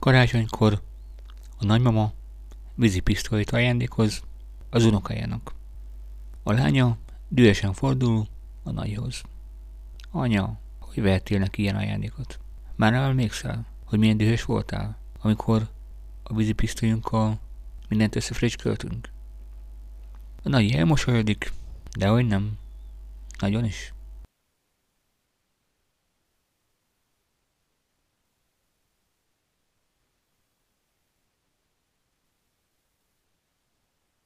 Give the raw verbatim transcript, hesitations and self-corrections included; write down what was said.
Karácsonykor a nagymama vízipisztolyt ajándékoz az unokájának. A lánya dühösen fordul a nagyhoz. Anya, hogy vehettél neki ilyen ajándékot? Már nem emlékszel, hogy milyen dühös voltál, amikor a vízipisztolyunkkal mindent összefricsköltünk? A nagy elmosolyodik, de hogy nem. Nagyon is.